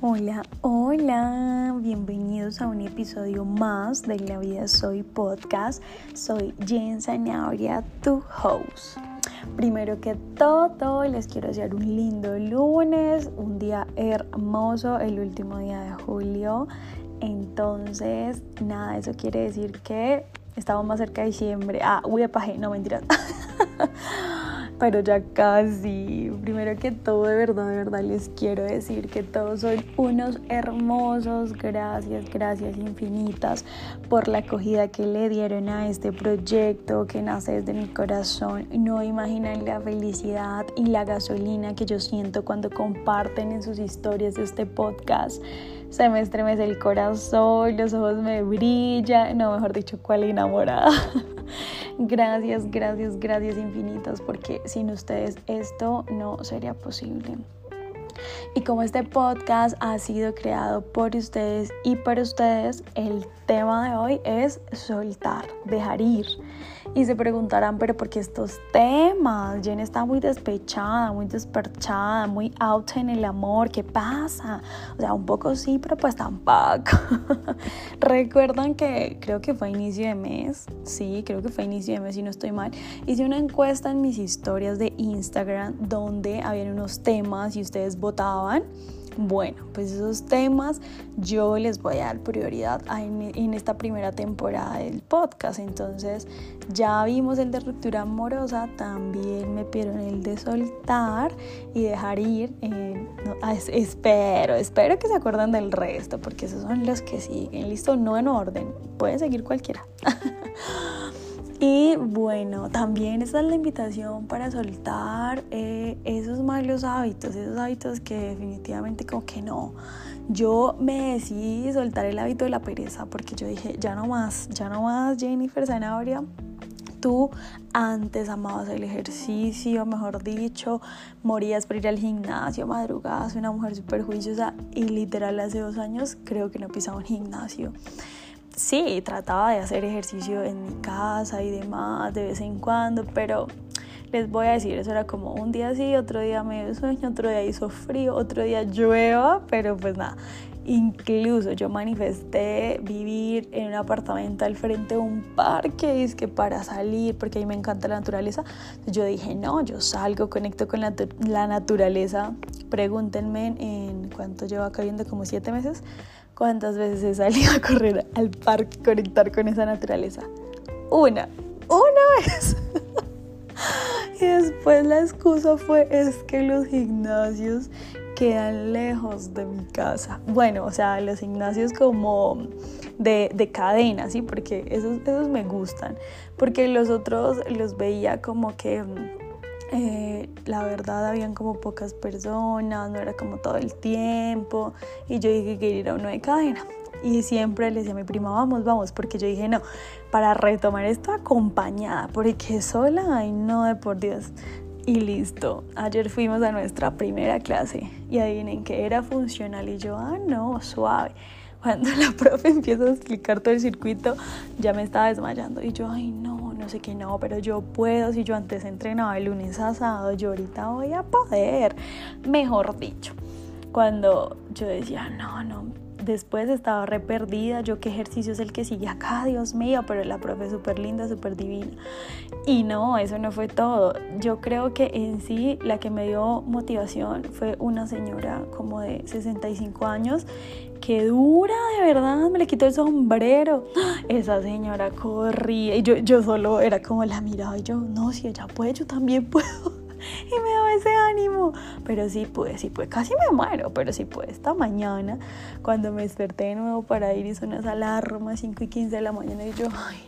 Hola, hola, bienvenidos a un episodio más de La Vida Soy Podcast. Soy Jen Zanabria, tu host. Primero que todo, les quiero desear un lindo lunes, un día hermoso, el último día de julio. Entonces, nada, eso quiere decir que estamos más cerca de diciembre. No mentiras. Pero ya casi. Primero que todo, de verdad les quiero decir que todos son unos hermosos. Gracias infinitas por la acogida que le dieron a este proyecto que nace desde mi corazón. No imaginan la felicidad y la gasolina que yo siento cuando comparten en sus historias de este podcast. Se me estremece el corazón, los ojos me brillan, mejor dicho, cuál enamorada. Gracias infinitas, porque sin ustedes esto no sería posible. Y como este podcast ha sido creado por ustedes y para ustedes, el tema de hoy es soltar, dejar ir. Y se preguntarán, ¿pero por qué estos temas? Jen está muy despechada, muy desperchada, muy out en el amor. ¿Qué pasa? O sea, un poco sí, pero pues tampoco. ¿Recuerdan que creo que fue inicio de mes? Sí, creo que fue inicio de mes, si no estoy mal. Hice una encuesta en mis historias de Instagram donde habían unos temas y ustedes votaban. Bueno, pues esos temas yo les voy a dar prioridad en esta primera temporada del podcast. Entonces ya vimos el de ruptura amorosa, también me pidieron el de soltar y dejar ir. Espero que se acuerden del resto, porque esos son los que siguen. Listo, no en orden, pueden seguir cualquiera. Y bueno, también esta es la invitación para soltar esos malos hábitos, esos hábitos que definitivamente como que no. Yo me decidí soltar el hábito de la pereza porque yo dije, ya no más, Jennifer Zanabria. Tú antes amabas el ejercicio, mejor dicho, morías por ir al gimnasio, madrugabas, una mujer súper juiciosa y literal hace 2 años creo que no pisaba un gimnasio. Sí, trataba de hacer ejercicio en mi casa y demás de vez en cuando, pero les voy a decir, eso era como un día sí, otro día me dio sueño, otro día hizo frío, otro día llueva, pero pues nada. Incluso yo manifesté vivir en un apartamento al frente de un parque, es que para salir, porque a mí me encanta la naturaleza. Yo dije, no, yo salgo, conecto con la naturaleza. Pregúntenme en cuánto llevo acá viviendo, como 7 meses. ¿Cuántas veces he salido a correr al parque, conectar con esa naturaleza? Una vez. Y después la excusa fue, es que los gimnasios quedan lejos de mi casa. Bueno, o sea, los gimnasios como de cadena, ¿sí? Porque esos me gustan. Porque los otros los veía como que la verdad habían como pocas personas, no era como todo el tiempo, y yo dije que quería ir a uno de cadena. Y siempre le decía a mi prima, vamos, porque yo dije, no, para retomar esto acompañada, porque sola, ay no, de por Dios. Y listo, ayer fuimos a nuestra primera clase y adivinen que era funcional y yo, no, suave. Cuando la profe empieza a explicar todo el circuito, ya me estaba desmayando y yo, no sé qué, pero yo puedo. Si yo antes entrenaba de lunes a sábado, yo ahorita voy a poder, mejor dicho. Cuando yo decía, no, después estaba re perdida, yo qué ejercicio es el que sigue acá, Dios mío, pero la profe es súper linda, súper divina. Y no, eso no fue todo. Yo creo que en sí la que me dio motivación fue una señora como de 65 años, que dura, de verdad, me le quitó el sombrero. Esa señora corría y yo solo era como la miraba y yo, no, si ella puede, yo también puedo. Y me daba ese ánimo, pero sí pude, casi me muero, pero sí pude. Esta mañana, cuando me desperté de nuevo para ir, hizo unas alarmas 5:15 de la mañana y yo,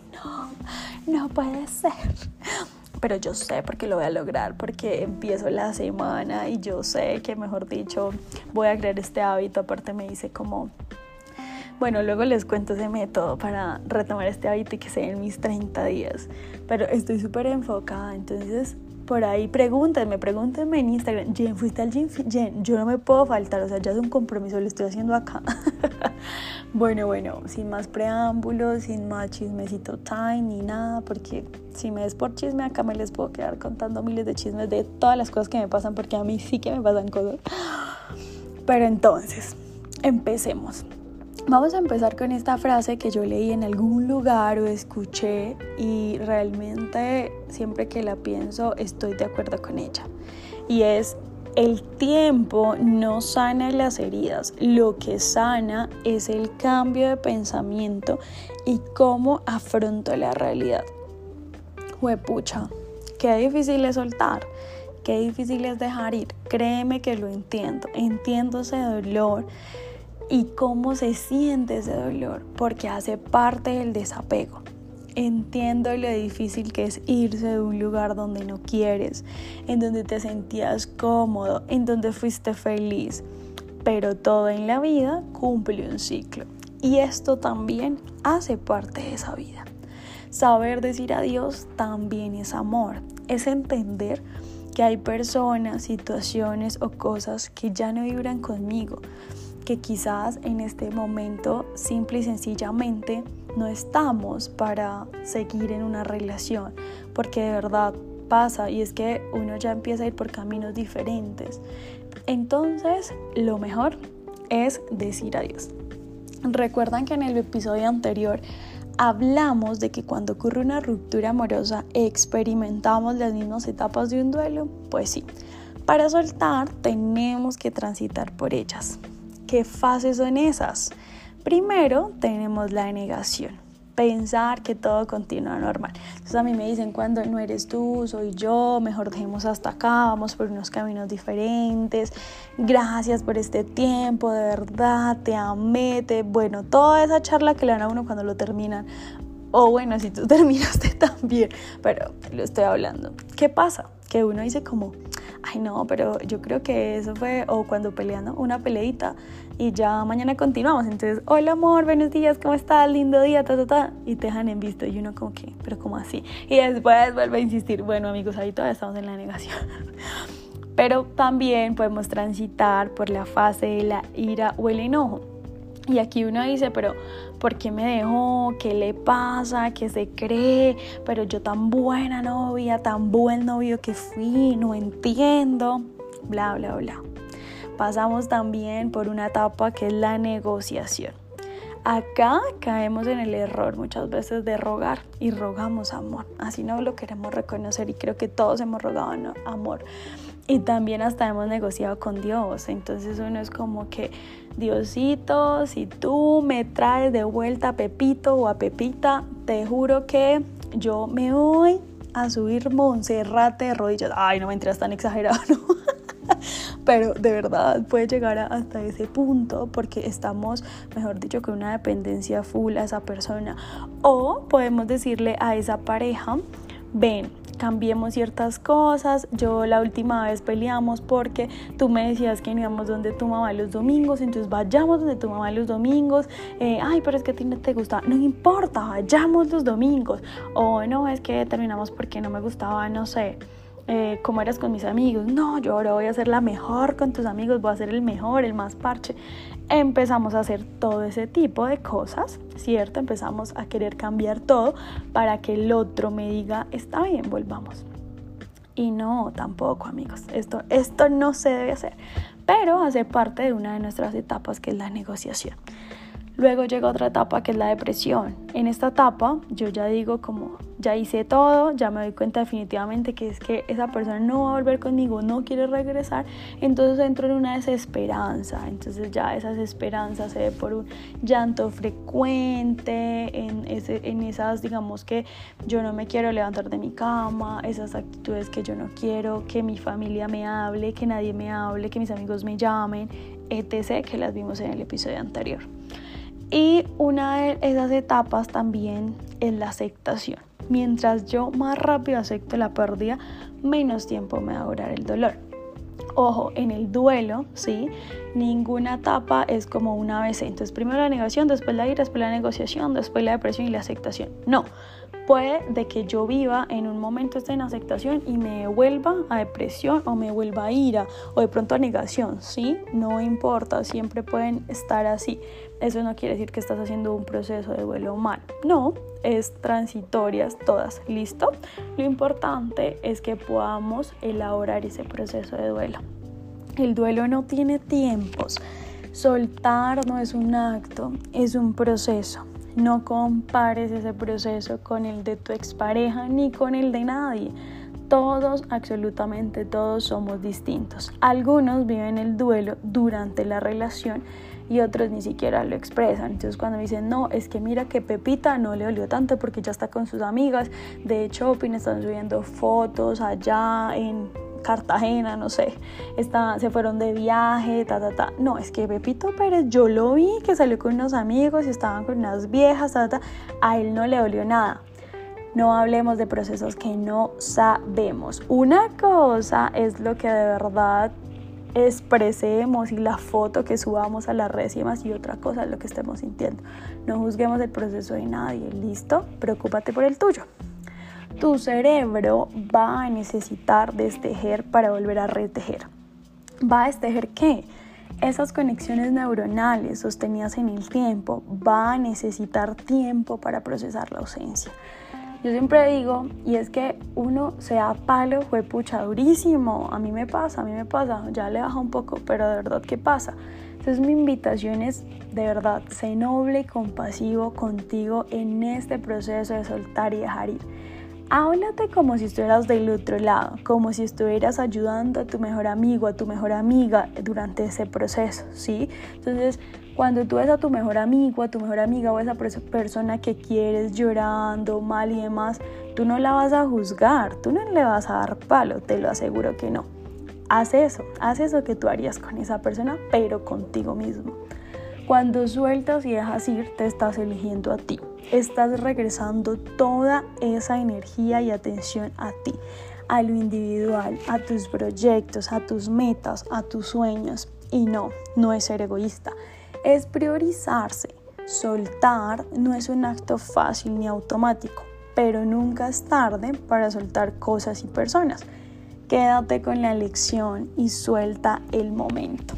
no puede ser. Pero yo sé porque lo voy a lograr, porque empiezo la semana y yo sé que, mejor dicho, voy a crear este hábito. Aparte me dice como, bueno, luego les cuento ese método para retomar este hábito y que sea en mis 30 días. Pero estoy súper enfocada, entonces por ahí pregúntenme en Instagram, Jen, ¿fuiste al gym? Jen, yo no me puedo faltar, o sea, ya es un compromiso, lo estoy haciendo acá. Bueno, sin más preámbulos, sin más chismecito time ni nada, porque si me des por chisme acá me les puedo quedar contando miles de chismes de todas las cosas que me pasan, porque a mí sí que me pasan cosas. Pero entonces, empecemos. Vamos a empezar con esta frase que yo leí en algún lugar o escuché y realmente siempre que la pienso estoy de acuerdo con ella. Y es: el tiempo no sana las heridas, lo que sana es el cambio de pensamiento y cómo afronto la realidad. Juepucha, qué difícil es soltar, qué difícil es dejar ir. Créeme que lo entiendo ese dolor y cómo se siente ese dolor, porque hace parte del desapego. Entiendo lo difícil que es irse de un lugar donde no quieres, en donde te sentías cómodo, en donde fuiste feliz, pero todo en la vida cumple un ciclo y esto también hace parte de esa vida. Saber decir adiós también es amor, es entender que hay personas, situaciones o cosas que ya no vibran conmigo, que quizás en este momento simple y sencillamente no estamos para seguir en una relación, porque de verdad pasa y es que uno ya empieza a ir por caminos diferentes. Entonces, lo mejor es decir adiós. Recuerdan que en el episodio anterior hablamos de que cuando ocurre una ruptura amorosa experimentamos las mismas etapas de un duelo. Pues sí, para soltar tenemos que transitar por ellas. ¿Qué fases son esas? Primero tenemos la negación, pensar que todo continúa normal. Entonces a mí me dicen: cuando no eres tú, soy yo, mejor dejemos hasta acá, vamos por unos caminos diferentes, gracias por este tiempo, de verdad, te amé, bueno, toda esa charla que le dan a uno cuando lo terminan. O bueno, si tú terminaste también, pero lo estoy hablando. ¿Qué pasa? Que uno dice como: ay no, pero yo creo que eso fue, o cuando pelean, ¿no? Una peleita y ya mañana continuamos. Entonces, hola amor, buenos días, ¿cómo estás? Lindo día, y te dejan en visto y uno como que, pero ¿cómo así? Y después vuelve a insistir. Bueno amigos, ahí todavía estamos en la negación. Pero también podemos transitar por la fase de la ira o el enojo. Y aquí uno dice: pero ¿por qué me dejó? ¿Qué le pasa? ¿Qué se cree? Pero yo tan buena novia, tan buen novio que fui, no entiendo, bla, bla, bla. Pasamos también por una etapa que es la negociación. Acá caemos en el error muchas veces de rogar y rogamos amor. Así no lo queremos reconocer y creo que todos hemos rogado amor. Y también hasta hemos negociado con Dios. Entonces uno es como que: Diosito, si tú me traes de vuelta a Pepito o a Pepita, te juro que yo me voy a subir Monserrate de rodillas. Ay, no me enteras tan exagerado, ¿no? Pero de verdad puede llegar hasta ese punto porque estamos, mejor dicho, con una dependencia full a esa persona. O podemos decirle a esa pareja: ven, cambiemos ciertas cosas. Yo la última vez peleamos porque tú me decías que no íbamos donde tu mamá los domingos, entonces vayamos donde tu mamá los domingos. Ay, pero es que a ti no te gusta. No importa, vayamos los domingos. O no, es que terminamos porque no me gustaba, no sé, cómo eras con mis amigos. No, yo ahora voy a ser la mejor con tus amigos, voy a ser el mejor, el más parche. Empezamos a hacer todo ese tipo de cosas, ¿cierto? Empezamos a querer cambiar todo para que el otro me diga: está bien, volvamos. Y no, tampoco, amigos, esto no se debe hacer, pero hace parte de una de nuestras etapas, que es la negociación. Luego llega otra etapa, que es la depresión. En esta etapa yo ya digo como: ya hice todo, ya me doy cuenta definitivamente que es que esa persona no va a volver conmigo, no quiere regresar. Entonces entro en una desesperanza. Entonces ya esa desesperanza se ve por un llanto frecuente, en esas, digamos, que yo no me quiero levantar de mi cama, esas actitudes que yo no quiero, que mi familia me hable, que nadie me hable, que mis amigos me llamen, etc., que las vimos en el episodio anterior. Y una de esas etapas también es la aceptación. Mientras yo más rápido acepto la pérdida, menos tiempo me va a durar el dolor. Ojo, en el duelo, ¿sí? Ninguna etapa es como una ABC. Entonces primero la negación, después la ira, después la negociación, después la depresión y la aceptación. No, puede de que yo viva en un momento en aceptación y me vuelva a depresión o me vuelva a ira o de pronto a negación, ¿sí? No importa, siempre pueden estar así. Eso no quiere decir que estás haciendo un proceso de duelo mal. No, es transitorias todas, ¿listo? Lo importante es que podamos elaborar ese proceso de duelo. El duelo no tiene tiempos, Soltar no es un acto, es un proceso. No compares ese proceso con el de tu expareja ni con el de nadie. Todos, absolutamente todos, somos distintos. Algunos viven el duelo durante la relación y otros ni siquiera lo expresan. Entonces cuando me dicen, no, es que mira que Pepita no le dolió tanto porque ya está con sus amigas de shopping, están subiendo fotos allá en Cartagena, no sé, se fueron de viaje, No, es que Pepito Pérez, yo lo vi que salió con unos amigos y estaban con unas viejas, a él no le dolió nada. No hablemos de procesos que no sabemos. Una cosa es lo que de verdad expresemos y la foto que subamos a las redes y demás, y otra cosa es lo que estemos sintiendo. No juzguemos el proceso de nadie, ¿listo? Preocúpate por el tuyo. Tu cerebro va a necesitar destejer para volver a retejer. ¿Va a destejer qué? Esas conexiones neuronales sostenidas en el tiempo. Va a necesitar tiempo para procesar la ausencia. Yo siempre digo, y es que uno se da palo, juepucha, durísimo. A mí me pasa, ya le baja un poco, pero de verdad que pasa. Entonces mi invitación es, de verdad, sé noble y compasivo contigo en este proceso de soltar y dejar ir. Háblate como si estuvieras del otro lado, como si estuvieras ayudando a tu mejor amigo, a tu mejor amiga durante ese proceso, ¿sí? Entonces, cuando tú ves a tu mejor amigo, a tu mejor amiga o a esa persona que quieres llorando mal y demás, tú no la vas a juzgar, tú no le vas a dar palo, te lo aseguro que no. Haz eso que tú harías con esa persona, pero contigo mismo. Cuando sueltas y dejas ir, te estás eligiendo a ti. Estás regresando toda esa energía y atención a ti, a lo individual, a tus proyectos, a tus metas, a tus sueños. Y no es ser egoísta, es priorizarse. Soltar no es un acto fácil ni automático, pero nunca es tarde para soltar cosas y personas. Quédate con la lección y suelta el momento.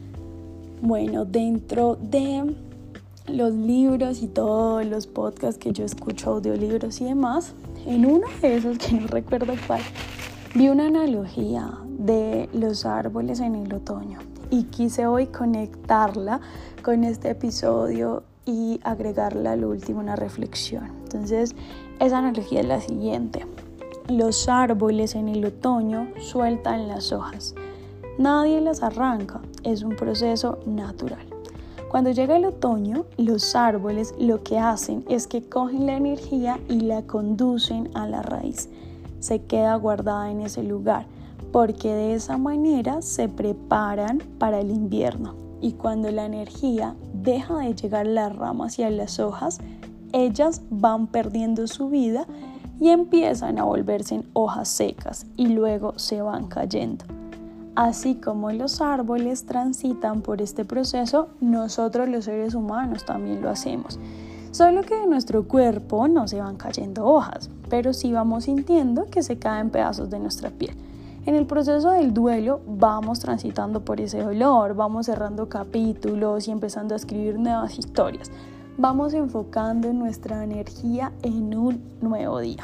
Bueno, dentro de los libros y todos los podcasts que yo escucho, audiolibros y demás, en uno de esos, que no recuerdo cuál, vi una analogía de los árboles en el otoño y quise hoy conectarla con este episodio y agregarle al último una reflexión. Entonces, esa analogía es la siguiente: los árboles en el otoño sueltan las hojas. Nadie las arranca, es un proceso natural. Cuando llega el otoño, los árboles lo que hacen es que cogen la energía y la conducen a la raíz. Se queda guardada en ese lugar, porque de esa manera se preparan para el invierno. Y cuando la energía deja de llegar a las ramas y a las hojas, ellas van perdiendo su vida y empiezan a volverse en hojas secas y luego se van cayendo. Así como los árboles transitan por este proceso, nosotros los seres humanos también lo hacemos. Solo que de nuestro cuerpo no se van cayendo hojas, pero sí vamos sintiendo que se caen pedazos de nuestra piel. En el proceso del duelo vamos transitando por ese dolor, vamos cerrando capítulos y empezando a escribir nuevas historias. Vamos enfocando nuestra energía en un nuevo día.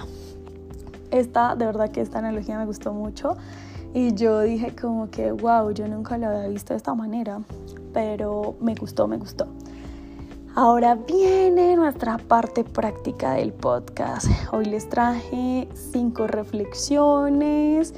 De verdad que esta analogía me gustó mucho. Y yo dije como que, wow, yo nunca lo había visto de esta manera, pero me gustó. Ahora viene nuestra parte práctica del podcast. Hoy les traje 5 reflexiones,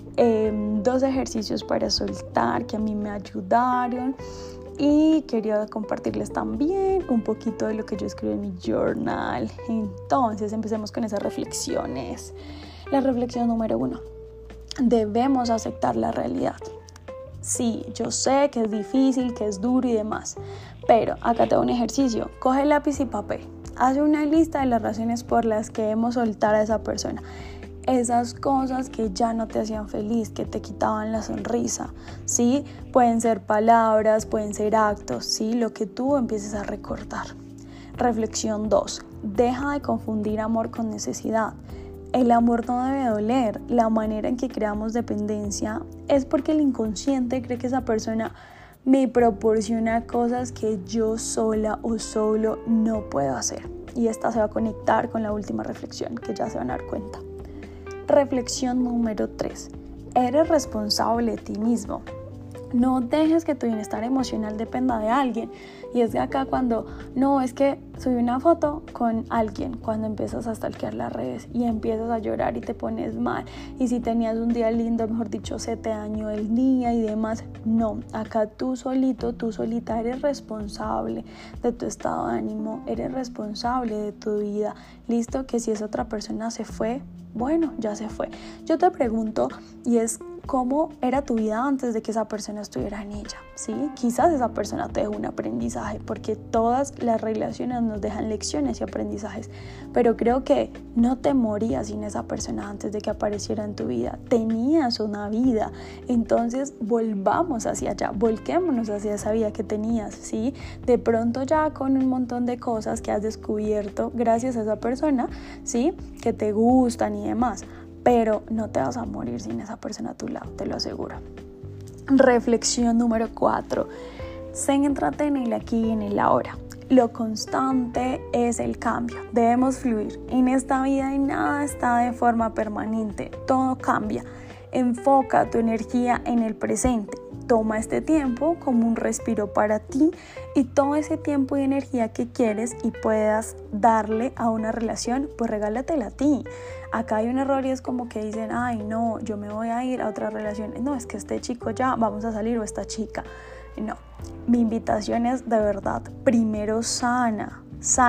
2 ejercicios para soltar que a mí me ayudaron. Y quería compartirles también un poquito de lo que yo escribí en mi journal. Entonces empecemos con esas reflexiones. La reflexión número 1. Debemos aceptar la realidad. Sí, yo sé que es difícil, que es duro y demás, pero acá te doy un ejercicio. Coge lápiz y papel. Haz una lista de las razones por las que debemos soltar a esa persona. Esas cosas que ya no te hacían feliz, que te quitaban la sonrisa, ¿sí? Pueden ser palabras, pueden ser actos, ¿sí? Lo que tú empieces a recordar. Reflexión 2. Deja de confundir amor con necesidad. El amor no debe doler. La manera en que creamos dependencia es porque el inconsciente cree que esa persona me proporciona cosas que yo sola o solo no puedo hacer. Y esta se va a conectar con la última reflexión, que ya se van a dar cuenta. Reflexión número 3. Eres responsable de ti mismo. No dejes que tu bienestar emocional dependa de alguien. Y es que acá cuando, no, es que subí una foto con alguien, cuando empiezas a stalkear las redes y empiezas a llorar y te pones mal. Y si tenías un día lindo, mejor dicho, se te dañó el día y demás. No, acá tú solito, tú solita eres responsable de tu estado de ánimo, eres responsable de tu vida. Listo, que si esa otra persona se fue, bueno, ya se fue. Yo te pregunto, y es, ¿cómo era tu vida antes de que esa persona estuviera en ella? ¿Sí? Quizás esa persona te dejó un aprendizaje, porque todas las relaciones nos dejan lecciones y aprendizajes, pero creo que no te morías sin esa persona antes de que apareciera en tu vida. Tenías una vida, entonces volvamos hacia allá, volquémonos hacia esa vida que tenías, ¿sí? De pronto ya con un montón de cosas que has descubierto gracias a esa persona, ¿sí? Que te gustan y demás. Pero no te vas a morir sin esa persona a tu lado, te lo aseguro. Reflexión número 4. Céntrate en el aquí y en el ahora. Lo constante es el cambio. Debemos fluir. En esta vida y nada está de forma permanente. Todo cambia. Enfoca tu energía en el presente. Toma este tiempo como un respiro para ti y todo ese tiempo y energía que quieres y puedas darle a una relación, pues regálatela a ti. Acá hay un error y es como que dicen, ay no, yo me voy a ir a otra relación. No, es que este chico ya, vamos a salir, o esta chica. No, mi invitación es de verdad, primero sana,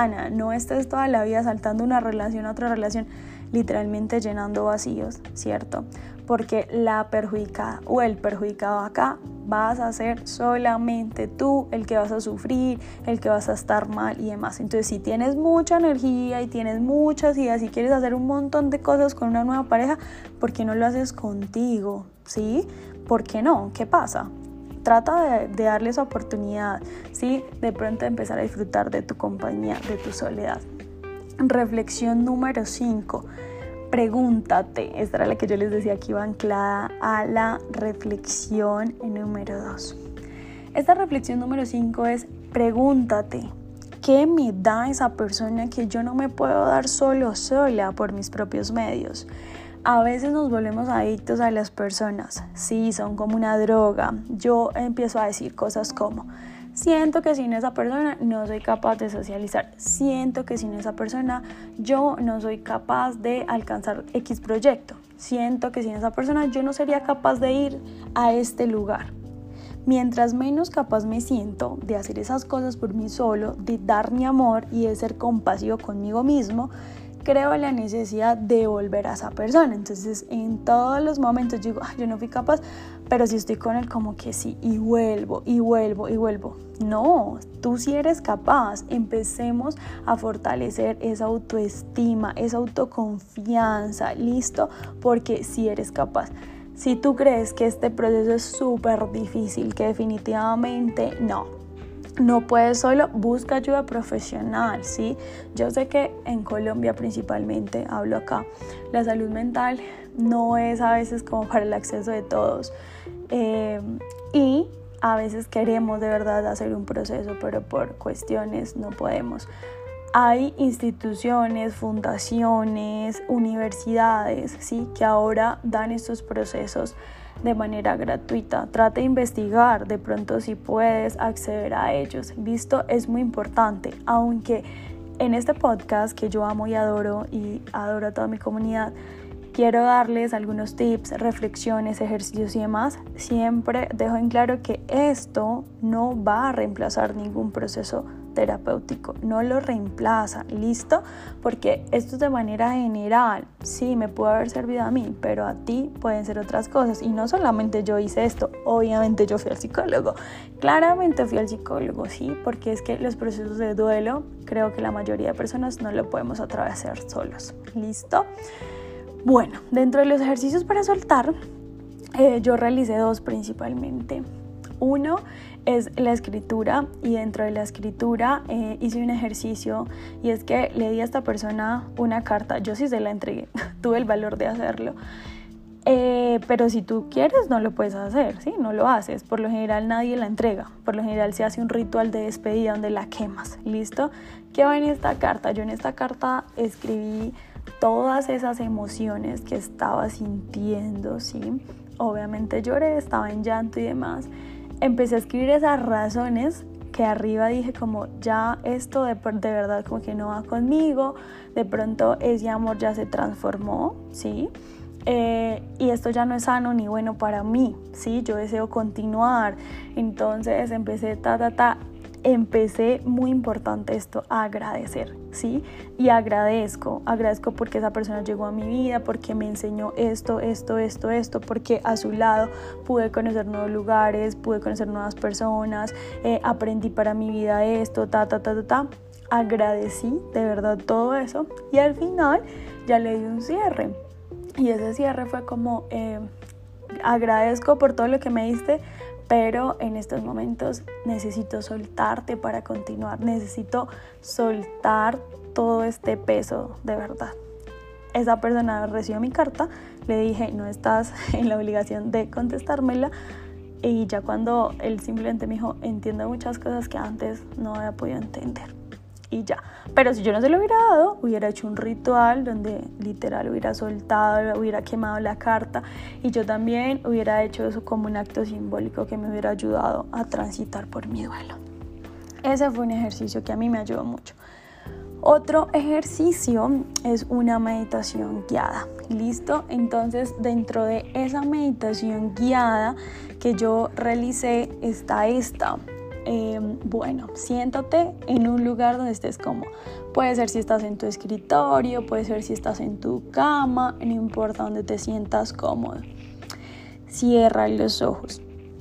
no estés toda la vida saltando una relación a otra relación, literalmente llenando vacíos, ¿cierto? Porque la perjudicada o el perjudicado acá vas a ser solamente tú el que vas a sufrir, el que vas a estar mal y demás. Entonces, si tienes mucha energía y tienes muchas ideas y quieres hacer un montón de cosas con una nueva pareja, ¿por qué no lo haces contigo? ¿Sí? ¿Por qué no? ¿Qué pasa? Trata de darle esa oportunidad, ¿sí? De pronto empezar a disfrutar de tu compañía, de tu soledad. Reflexión número 5. Pregúntate, esta era la que yo les decía que iba anclada a la reflexión número 2. Esta reflexión número 5 es, pregúntate, ¿qué me da esa persona que yo no me puedo dar sola por mis propios medios? A veces nos volvemos adictos a las personas, sí, son como una droga. Yo empiezo a decir cosas como, siento que sin esa persona no soy capaz de socializar. Siento que sin esa persona yo no soy capaz de alcanzar X proyecto. Siento que sin esa persona yo no sería capaz de ir a este lugar. Mientras menos capaz me siento de hacer esas cosas por mí solo, de dar mi amor y de ser compasivo conmigo mismo, creo la necesidad de volver a esa persona. Entonces en todos los momentos digo, yo no fui capaz, pero si estoy con él como que sí, y vuelvo. No, tú sí eres capaz. Empecemos a fortalecer esa autoestima, esa autoconfianza, ¿listo? Porque sí eres capaz. Si tú crees que este proceso es súper difícil, que definitivamente no puedes solo, busca ayuda profesional, ¿sí? Yo sé que en Colombia principalmente, hablo acá, la salud mental no es a veces como para el acceso de todos. Y a veces queremos de verdad hacer un proceso, pero por cuestiones no podemos. Hay instituciones, fundaciones, universidades, ¿sí? Que ahora dan estos procesos de manera gratuita. Trata de investigar de pronto si puedes acceder a ellos. ¿Listo? Es muy importante, aunque en este podcast que yo amo y adoro a toda mi comunidad, quiero darles algunos tips, reflexiones, ejercicios y demás. Siempre dejo en claro que esto no va a reemplazar ningún proceso terapéutico, no lo reemplaza, ¿listo? Porque esto es de manera general, sí, me puede haber servido a mí, pero a ti pueden ser otras cosas. Y no solamente yo hice esto, obviamente yo fui al psicólogo, claramente fui al psicólogo, sí, porque es que los procesos de duelo, creo que la mayoría de personas no lo podemos atravesar solos, ¿listo? Bueno, dentro de los ejercicios para soltar, yo realicé 2 principalmente. Uno es la escritura, y dentro de la escritura hice un ejercicio, y es que le di a esta persona una carta. Yo sí se la entregué, tuve el valor de hacerlo, pero si tú quieres no lo puedes hacer, ¿sí? No lo haces, por lo general nadie la entrega, por lo general se hace un ritual de despedida donde la quemas, ¿listo? ¿Qué va en esta carta? Yo en esta carta escribí todas esas emociones que estaba sintiendo, ¿sí? obviamente lloré, estaba en llanto y demás. Empecé a escribir esas razones que arriba dije como ya esto de verdad como que no va conmigo, de pronto ese amor ya se transformó, ¿sí? Y esto ya no es sano ni bueno para mí, ¿sí? Yo deseo continuar. Entonces empecé, muy importante esto, a agradecer, ¿sí? Y agradezco porque esa persona llegó a mi vida, porque me enseñó esto, porque a su lado pude conocer nuevos lugares, pude conocer nuevas personas, aprendí para mi vida esto, agradecí de verdad todo eso y al final ya le di un cierre. Y ese cierre fue como, agradezco por todo lo que me diste, pero en estos momentos necesito soltarte para continuar, necesito soltar todo este peso de verdad. Esa persona recibió mi carta, le dije, no estás en la obligación de contestármela, y ya cuando él simplemente me dijo, entiendo muchas cosas que antes no había podido entender. Y ya, pero si yo no se lo hubiera dado, hubiera hecho un ritual donde literal hubiera soltado, hubiera quemado la carta y yo también hubiera hecho eso como un acto simbólico que me hubiera ayudado a transitar por mi duelo. Ese fue un ejercicio que a mí me ayudó mucho. Otro ejercicio es una meditación guiada. ¿Listo? Entonces, dentro de esa meditación guiada que yo realicé está esta. Bueno, siéntate en un lugar donde estés cómodo. Puede ser si estás en tu escritorio, puede ser si estás en tu cama, no importa donde te sientas cómodo. Cierra los ojos.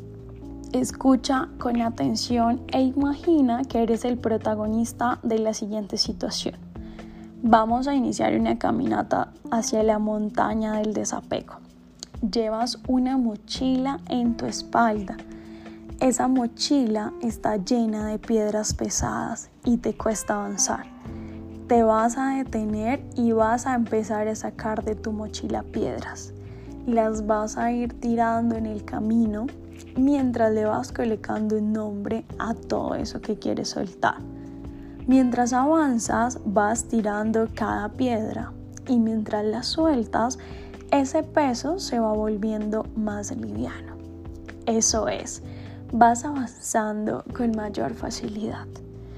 Escucha con atención e imagina que eres el protagonista de la siguiente situación. Vamos a iniciar una caminata hacia la montaña del desapego. Llevas una mochila en tu espalda. Esa mochila está llena de piedras pesadas y te cuesta avanzar. Te vas a detener y vas a empezar a sacar de tu mochila piedras. Las vas a ir tirando en el camino mientras le vas colocando un nombre a todo eso que quieres soltar. Mientras avanzas, vas tirando cada piedra y mientras la sueltas, ese peso se va volviendo más liviano. Eso es. Vas avanzando con mayor facilidad.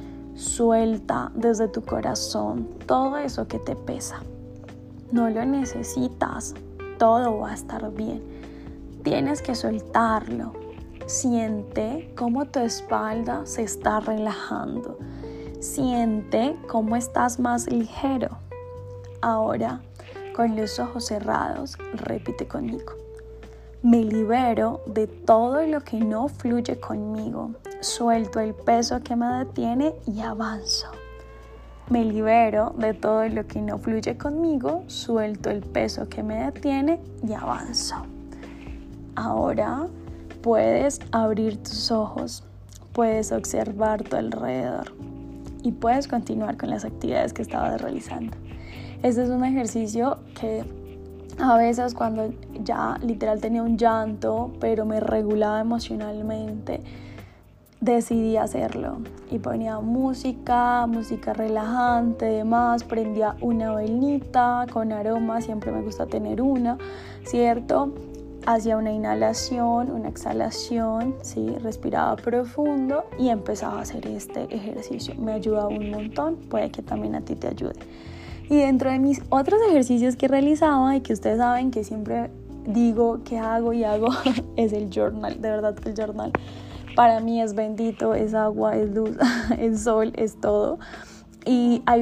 Suelta desde tu corazón todo eso que te pesa. No lo necesitas, todo va a estar bien. Tienes que soltarlo. Siente cómo tu espalda se está relajando. Siente cómo estás más ligero. Ahora, con los ojos cerrados, repite conmigo. Me libero de todo lo que no fluye conmigo. Suelto el peso que me detiene y avanzo. Me libero de todo lo que no fluye conmigo. Suelto el peso que me detiene y avanzo. Ahora puedes abrir tus ojos, puedes observar tu alrededor y puedes continuar con las actividades que estabas realizando. Este es un ejercicio que a veces cuando ya literal tenía un llanto, pero me regulaba emocionalmente, decidí hacerlo y ponía música relajante, demás, prendía una velita con aroma, siempre me gusta tener una, ¿cierto? Hacía una inhalación, una exhalación, ¿sí? Respiraba profundo y empezaba a hacer este ejercicio. Me ayudaba un montón, puede que también a ti te ayude. Y dentro de mis otros ejercicios que realizaba y que ustedes saben que siempre digo que hago es el journal. De verdad que el journal para mí es bendito, es agua, es luz, es sol, es todo. Y hay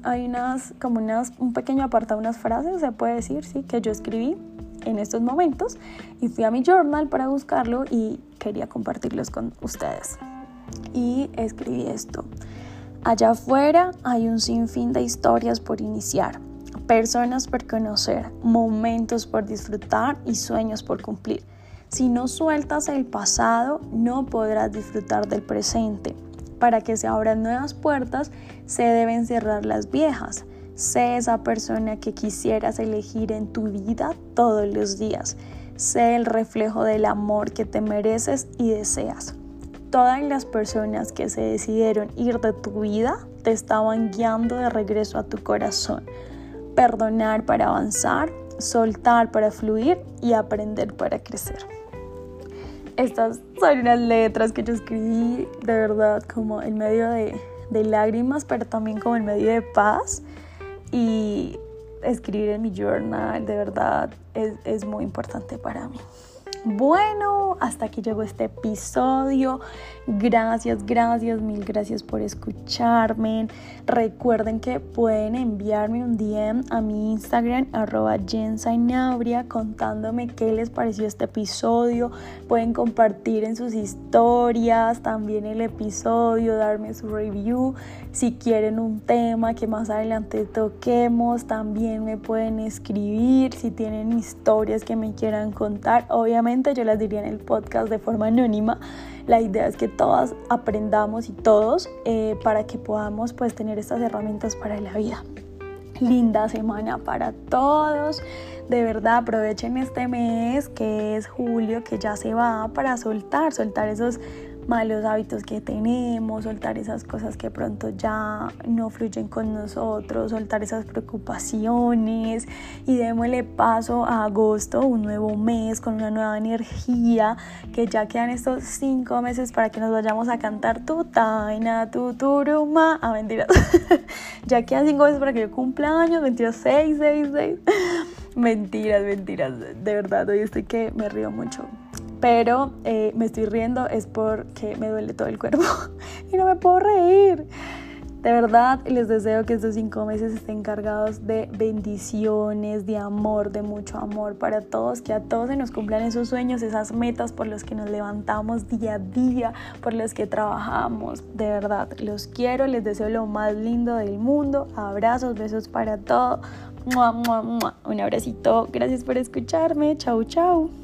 un pequeño apartado, unas frases, se puede decir, sí, que yo escribí en estos momentos y fui a mi journal para buscarlo y quería compartirlos con ustedes. Y escribí esto. Allá afuera hay un sinfín de historias por iniciar, personas por conocer, momentos por disfrutar y sueños por cumplir. Si no sueltas el pasado, no podrás disfrutar del presente. Para que se abran nuevas puertas, se deben cerrar las viejas. Sé esa persona que quisieras elegir en tu vida todos los días. Sé el reflejo del amor que te mereces y deseas. Todas las personas que se decidieron ir de tu vida te estaban guiando de regreso a tu corazón. Perdonar para avanzar soltar para fluir y aprender para crecer. Estas son unas letras que yo escribí de verdad como en medio de lágrimas, pero también como en medio de paz, y escribir en mi journal de verdad es muy importante para mí. Bueno, hasta aquí llegó este episodio. Gracias, mil gracias por escucharme. Recuerden que pueden enviarme un DM a mi Instagram @jensainabria contándome qué les pareció este episodio. Pueden compartir en sus historias también el episodio, darme su review. Si quieren un tema que más adelante toquemos, también me pueden escribir. Si tienen historias que me quieran contar, obviamente yo las diría en el podcast de forma anónima. La idea es que todas aprendamos y todos para que podamos pues tener estas herramientas para la vida. Linda semana para todos. De verdad aprovechen este mes que es julio, que ya se va, para soltar esos malos hábitos que tenemos, soltar esas cosas que pronto ya no fluyen con nosotros, soltar esas preocupaciones, y démosle paso a agosto, un nuevo mes con una nueva energía, que ya quedan estos 5 meses para que nos vayamos a cantar tu taina, tu turuma, mentiras. Ya quedan 5 meses para que yo cumpla años, 6. Mentiras, de verdad, hoy estoy que me río mucho. Pero me estoy riendo es porque me duele todo el cuerpo y no me puedo reír. De verdad, les deseo que estos 5 meses estén cargados de bendiciones, de amor, de mucho amor para todos, que a todos se nos cumplan esos sueños, esas metas por los que nos levantamos día a día, por los que trabajamos. De verdad, los quiero, les deseo lo más lindo del mundo. Abrazos, besos para todos. Un abracito, gracias por escucharme. Chau.